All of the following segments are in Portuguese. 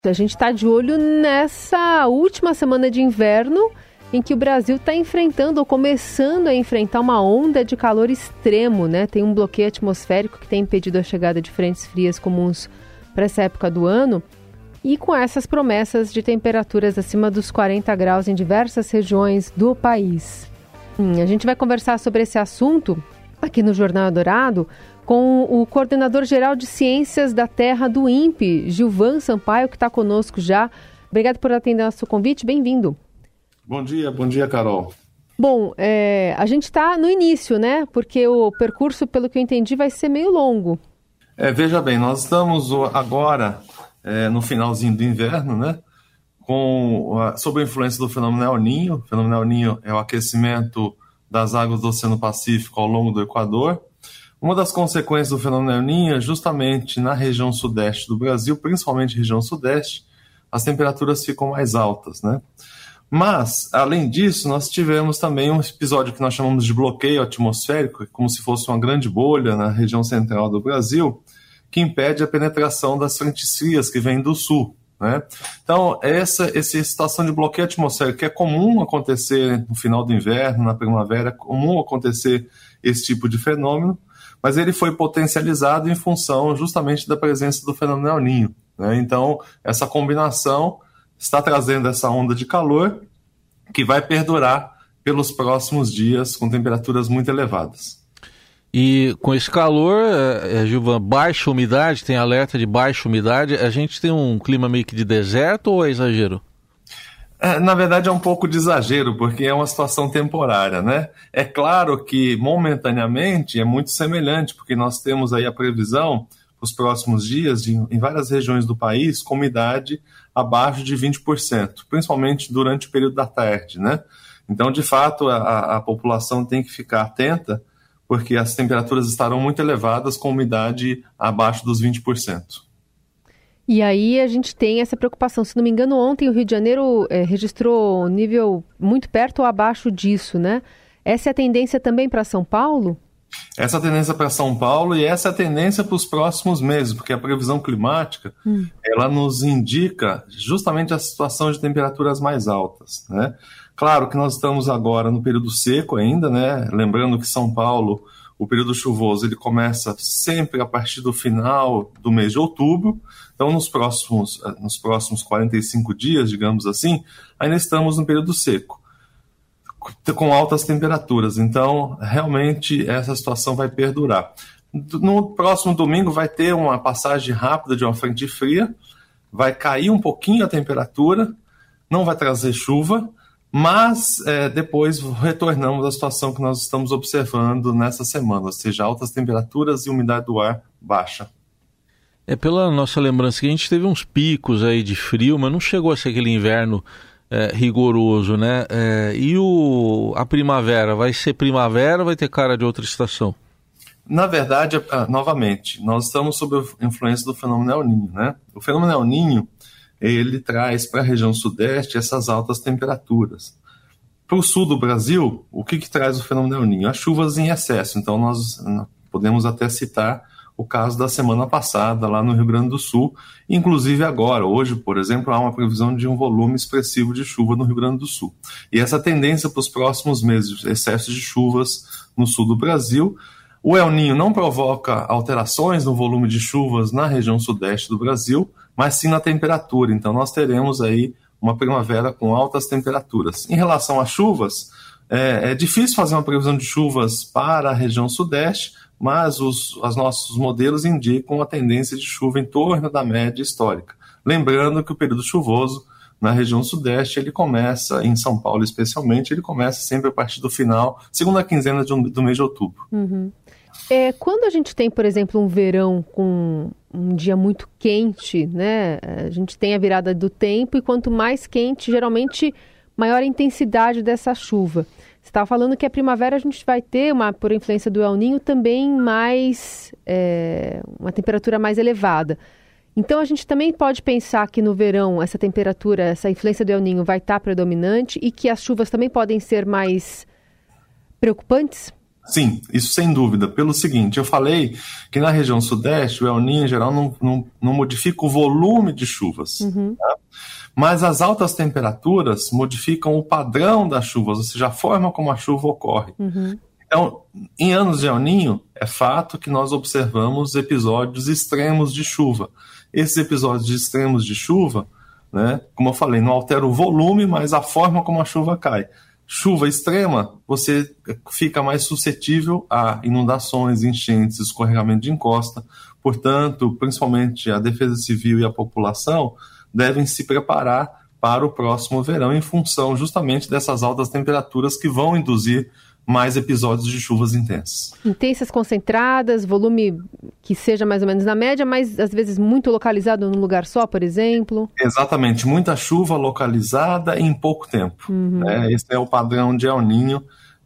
A gente está de olho nessa última semana de inverno em que o Brasil está enfrentando ou começando a enfrentar uma onda de calor extremo, né? Tem um bloqueio atmosférico que tem impedido a chegada de frentes frias comuns para essa época do ano e com essas promessas de temperaturas acima dos 40 graus em diversas regiões do país. A gente vai conversar sobre esse assunto aqui no Jornal Eldorado com o coordenador-geral de Ciências da Terra do INPE, Gilvan Sampaio, que está conosco já. Obrigado por atender nosso convite, bem-vindo. Bom dia, Carol. Bom, a gente está no início, né? Porque o percurso, pelo que eu entendi, vai ser meio longo. Veja bem, nós estamos agora no finalzinho do inverno, né? Sob a influência do fenômeno El Niño. O fenômeno El Niño é o aquecimento das águas do Oceano Pacífico ao longo do Equador. Uma das consequências do fenômeno El Niño é justamente na região sudeste do Brasil, principalmente região sudeste, as temperaturas ficam mais altas, né? Mas, além disso, nós tivemos também um episódio que nós chamamos de bloqueio atmosférico, como se fosse uma grande bolha na região central do Brasil, que impede a penetração das frentes frias que vêm do sul, né? Então, essa situação de bloqueio atmosférico que é comum acontecer no final do inverno, na primavera, é comum acontecer esse tipo de fenômeno, mas ele foi potencializado em função justamente da presença do fenômeno El Niño, né? Então, essa combinação está trazendo essa onda de calor que vai perdurar pelos próximos dias com temperaturas muito elevadas. E com esse calor, Gilvan, baixa umidade, tem alerta de baixa umidade, a gente tem um clima meio que de deserto ou é exagero? Na verdade é um pouco de exagero, porque é uma situação temporária, né? É claro que momentaneamente é muito semelhante, porque nós temos aí a previsão para os próximos dias em várias regiões do país com umidade abaixo de 20%, principalmente durante o período da tarde, né? Então, de fato, a população tem que ficar atenta, porque as temperaturas estarão muito elevadas com umidade abaixo dos 20%. E aí a gente tem essa preocupação. Se não me engano, ontem o Rio de Janeiro registrou um nível muito perto ou abaixo disso, né? Essa é a tendência também para São Paulo? Essa é a tendência para São Paulo e essa é a tendência para os próximos meses, porque a previsão climática ela nos indica justamente a situação de temperaturas mais altas, né? Claro que nós estamos agora no período seco ainda, né? Lembrando que São Paulo, o período chuvoso, ele começa sempre a partir do final do mês de outubro. Então, nos próximos 45 dias, digamos assim, ainda estamos no período seco, com altas temperaturas. Então, realmente, essa situação vai perdurar. No próximo domingo vai ter uma passagem rápida de uma frente fria, vai cair um pouquinho a temperatura, não vai trazer chuva, mas depois retornamos à situação que nós estamos observando nessa semana, ou seja, altas temperaturas e umidade do ar baixa. Pela nossa lembrança que a gente teve uns picos aí de frio, mas não chegou a ser aquele inverno rigoroso, né? E a primavera, vai ser primavera ou vai ter cara de outra estação? Na verdade, novamente, nós estamos sob a influência do fenômeno El Niño, né? O fenômeno El Niño, ele traz para a região sudeste essas altas temperaturas. Para o sul do Brasil, o que traz o fenômeno El Niño? As chuvas em excesso. Então, nós podemos até citar o caso da semana passada lá no Rio Grande do Sul, inclusive agora, hoje, por exemplo, há uma previsão de um volume expressivo de chuva no Rio Grande do Sul. E essa tendência para os próximos meses, excessos de chuvas no sul do Brasil. O El Niño não provoca alterações no volume de chuvas na região sudeste do Brasil, mas sim na temperatura. Então nós teremos aí uma primavera com altas temperaturas. Em relação às chuvas, é difícil fazer uma previsão de chuvas para a região sudeste, mas os nossos modelos indicam a tendência de chuva em torno da média histórica. Lembrando que o período chuvoso na região sudeste, ele começa, em São Paulo especialmente, ele começa sempre a partir do final, segunda quinzena do mês de outubro. Uhum. Quando a gente tem, por exemplo, um verão com um dia muito quente, né? A gente tem a virada do tempo e quanto mais quente, geralmente maior a intensidade dessa chuva. Você estava falando que a primavera a gente vai ter, por influência do El Niño, também uma temperatura mais elevada. Então a gente também pode pensar que no verão essa temperatura, essa influência do El Niño vai estar predominante e que as chuvas também podem ser mais preocupantes? Sim, isso sem dúvida. Pelo seguinte, eu falei que na região sudeste o El Niño em geral não modifica o volume de chuvas, tá? Mas as altas temperaturas modificam o padrão das chuvas, ou seja, a forma como a chuva ocorre. Então, em anos de El Niño, é fato que nós observamos episódios extremos de chuva. Esses episódios extremos de chuva, né, como eu falei, não altera o volume, mas a forma como a chuva cai. Chuva extrema, você fica mais suscetível a inundações, enchentes, escorregamento de encosta. Portanto, principalmente a Defesa Civil e a população devem se preparar para o próximo verão em função justamente dessas altas temperaturas que vão induzir mais episódios de chuvas intensas. Intensas, concentradas, volume que seja mais ou menos na média, mas às vezes muito localizado num lugar só, por exemplo? Exatamente, muita chuva localizada em pouco tempo. Esse é o padrão de El Niño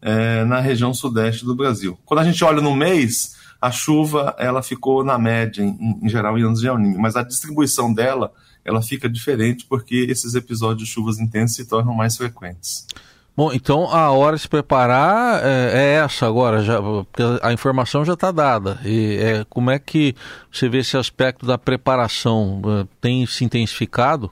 na região sudeste do Brasil. Quando a gente olha no mês, a chuva ela ficou na média, em geral, em anos de El Niño, mas a distribuição dela ela fica diferente porque esses episódios de chuvas intensas se tornam mais frequentes. Bom, então a hora de se preparar é essa agora, porque a informação já está dada. Como é que você vê esse aspecto da preparação? Tem se intensificado?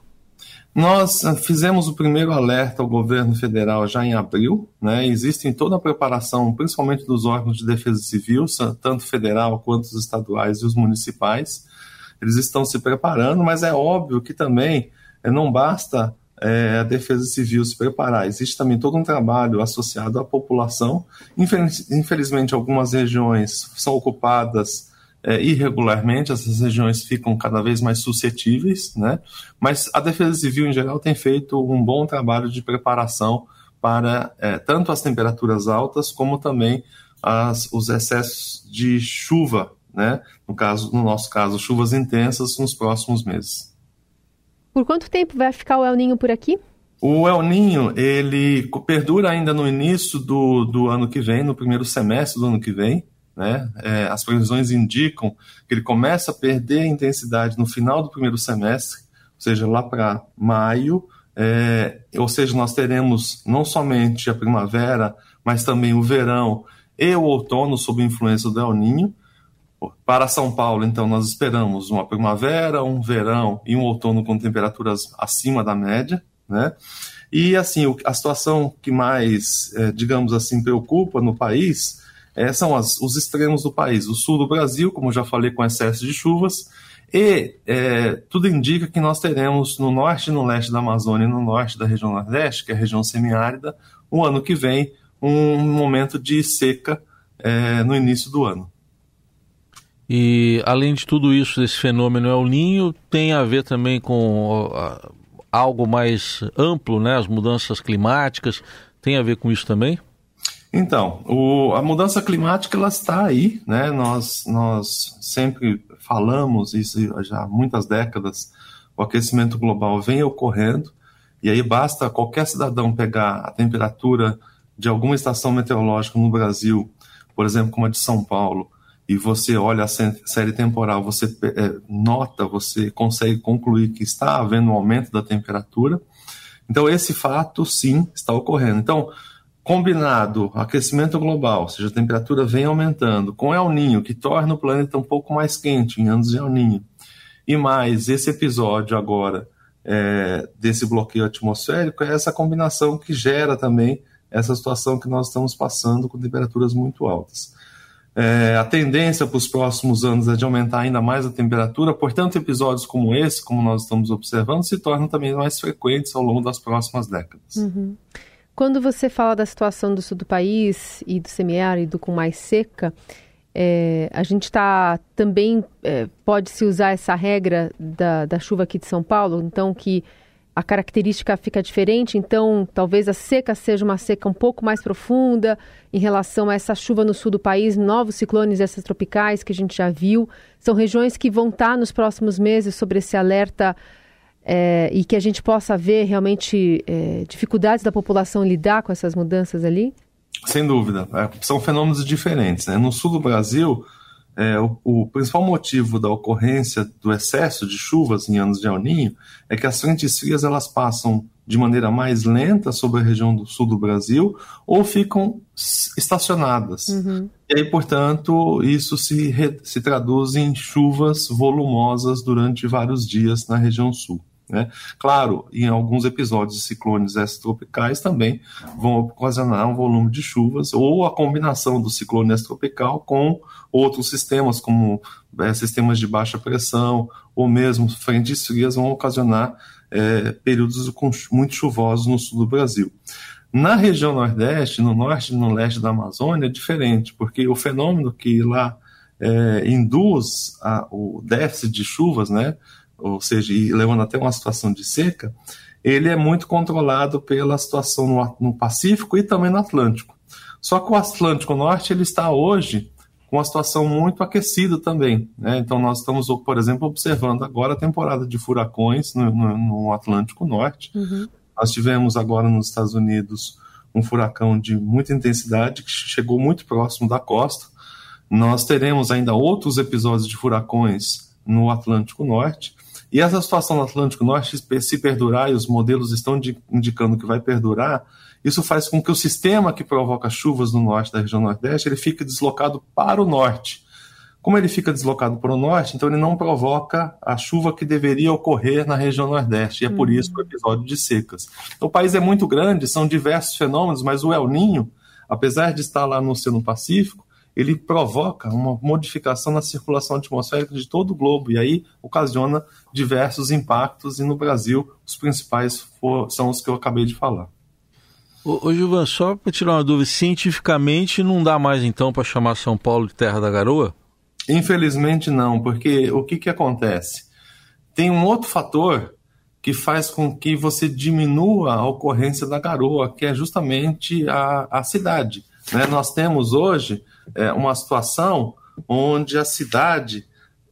Nós fizemos o primeiro alerta ao governo federal já em abril, né? Existe toda a preparação, principalmente dos órgãos de defesa civil, tanto federal quanto os estaduais e os municipais. Eles estão se preparando, mas é óbvio que também não basta a Defesa Civil se preparar. Existe também todo um trabalho associado à população. Infelizmente, algumas regiões são ocupadas irregularmente, essas regiões ficam cada vez mais suscetíveis, né? Mas a Defesa Civil, em geral, tem feito um bom trabalho de preparação para tanto as temperaturas altas, como também os excessos de chuva, né? No nosso caso, chuvas intensas nos próximos meses. Por quanto tempo vai ficar o El Niño por aqui? O El Niño, ele perdura ainda no início do ano que vem, no primeiro semestre do ano que vem, né? As previsões indicam que ele começa a perder intensidade no final do primeiro semestre, ou seja, lá para maio, ou seja, nós teremos não somente a primavera, mas também o verão e o outono sob influência do El Niño. Para São Paulo, então, nós esperamos uma primavera, um verão e um outono com temperaturas acima da média, né? E, assim, a situação que mais, digamos assim, preocupa no país são os extremos do país. O sul do Brasil, como já falei, com excesso de chuvas, e tudo indica que nós teremos no norte e no leste da Amazônia e no norte da região nordeste, que é a região semiárida, o ano que vem, um momento de seca no início do ano. E, além de tudo isso, desse fenômeno El Niño, tem a ver também com algo mais amplo, né? As mudanças climáticas, tem a ver com isso também? Então, a mudança climática, ela está aí, né? Nós sempre falamos isso já há muitas décadas, o aquecimento global vem ocorrendo, e aí basta qualquer cidadão pegar a temperatura de alguma estação meteorológica no Brasil, por exemplo, como a de São Paulo, e você olha a série temporal, você nota, você consegue concluir que está havendo um aumento da temperatura. Então, esse fato, sim, está ocorrendo. Então, combinado aquecimento global, ou seja, a temperatura vem aumentando, com El Niño, que torna o planeta um pouco mais quente em anos de El Niño, e mais esse episódio agora desse bloqueio atmosférico, é essa combinação que gera também essa situação que nós estamos passando com temperaturas muito altas. A tendência para os próximos anos é de aumentar ainda mais a temperatura, portanto, episódios como esse, como nós estamos observando, se tornam também mais frequentes ao longo das próximas décadas. Uhum. Quando você fala da situação do sul do país e do semiárido com mais seca, a gente está também, pode-se usar essa regra da chuva aqui de São Paulo, então que a característica fica diferente, então talvez a seca seja uma seca um pouco mais profunda em relação a essa chuva no sul do país, novos ciclones extratropicais que a gente já viu. São regiões que vão estar nos próximos meses sobre esse alerta e que a gente possa ver realmente dificuldades da população lidar com essas mudanças ali? Sem dúvida. São fenômenos diferentes, né? No sul do Brasil, o principal motivo da ocorrência do excesso de chuvas em anos de El Niño é que as frentes frias elas passam de maneira mais lenta sobre a região do sul do Brasil ou ficam estacionadas. E aí, portanto, isso se traduz em chuvas volumosas durante vários dias na região sul, né? Claro, em alguns episódios de ciclones extratropicais também vão ocasionar um volume de chuvas, ou a combinação do ciclone extratropical com outros sistemas, como sistemas de baixa pressão, ou mesmo frentes frias, vão ocasionar períodos muito chuvosos no sul do Brasil. Na região Nordeste, no norte e no leste da Amazônia, é diferente, porque o fenômeno que lá induz o déficit de chuvas, né, ou seja, levando até uma situação de seca, ele é muito controlado pela situação no Pacífico e também no Atlântico. Só que o Atlântico Norte ele está hoje com uma situação muito aquecida também, né? Então nós estamos, por exemplo, observando agora a temporada de furacões no Atlântico Norte. Nós tivemos agora nos Estados Unidos um furacão de muita intensidade que chegou muito próximo da costa. Nós teremos ainda outros episódios de furacões no Atlântico Norte. E essa situação no Atlântico Norte, se perdurar, e os modelos estão indicando que vai perdurar, isso faz com que o sistema que provoca chuvas no norte da região Nordeste, ele fique deslocado para o norte. Como ele fica deslocado para o norte, então ele não provoca a chuva que deveria ocorrer na região Nordeste, e é por isso o episódio de secas. Então, o país é muito grande, são diversos fenômenos, mas o El Niño, apesar de estar lá no Oceano Pacífico, ele provoca uma modificação na circulação atmosférica de todo o globo, e aí ocasiona diversos impactos, e no Brasil os principais são os que eu acabei de falar. Ô Gilvan, só para tirar uma dúvida, cientificamente não dá mais então para chamar São Paulo de terra da garoa? Infelizmente não, porque o que acontece? Tem um outro fator que faz com que você diminua a ocorrência da garoa, que é justamente a cidade, né? Nós temos hoje uma situação onde a cidade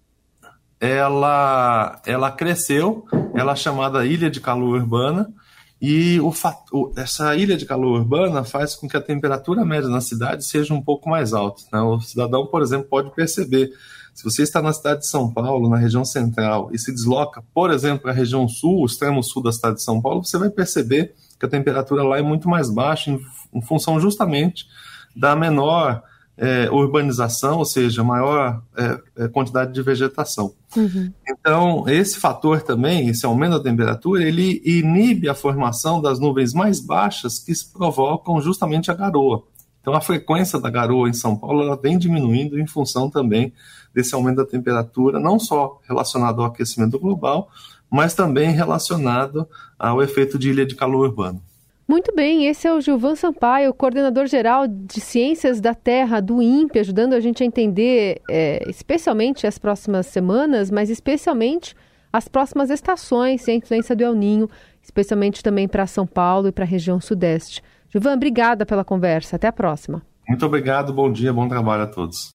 ela cresceu, ela é chamada ilha de calor urbana, e essa ilha de calor urbana faz com que a temperatura média na cidade seja um pouco mais alta, né? O cidadão, por exemplo, pode perceber, se você está na cidade de São Paulo, na região central, e se desloca, por exemplo, para a região sul, o extremo sul da cidade de São Paulo, você vai perceber que a temperatura lá é muito mais baixa, em função justamente da menor urbanização, ou seja, maior quantidade de vegetação. Então, esse fator também, esse aumento da temperatura, ele inibe a formação das nuvens mais baixas que provocam justamente a garoa. Então, a frequência da garoa em São Paulo ela vem diminuindo em função também desse aumento da temperatura, não só relacionado ao aquecimento global, mas também relacionado ao efeito de ilha de calor urbano. Muito bem, esse é o Gilvan Sampaio, coordenador-geral de Ciências da Terra do INPE, ajudando a gente a entender especialmente as próximas semanas, mas especialmente as próximas estações e a influência do El Niño, especialmente também para São Paulo e para a região sudeste. Gilvan, obrigada pela conversa. Até a próxima. Muito obrigado, bom dia, bom trabalho a todos.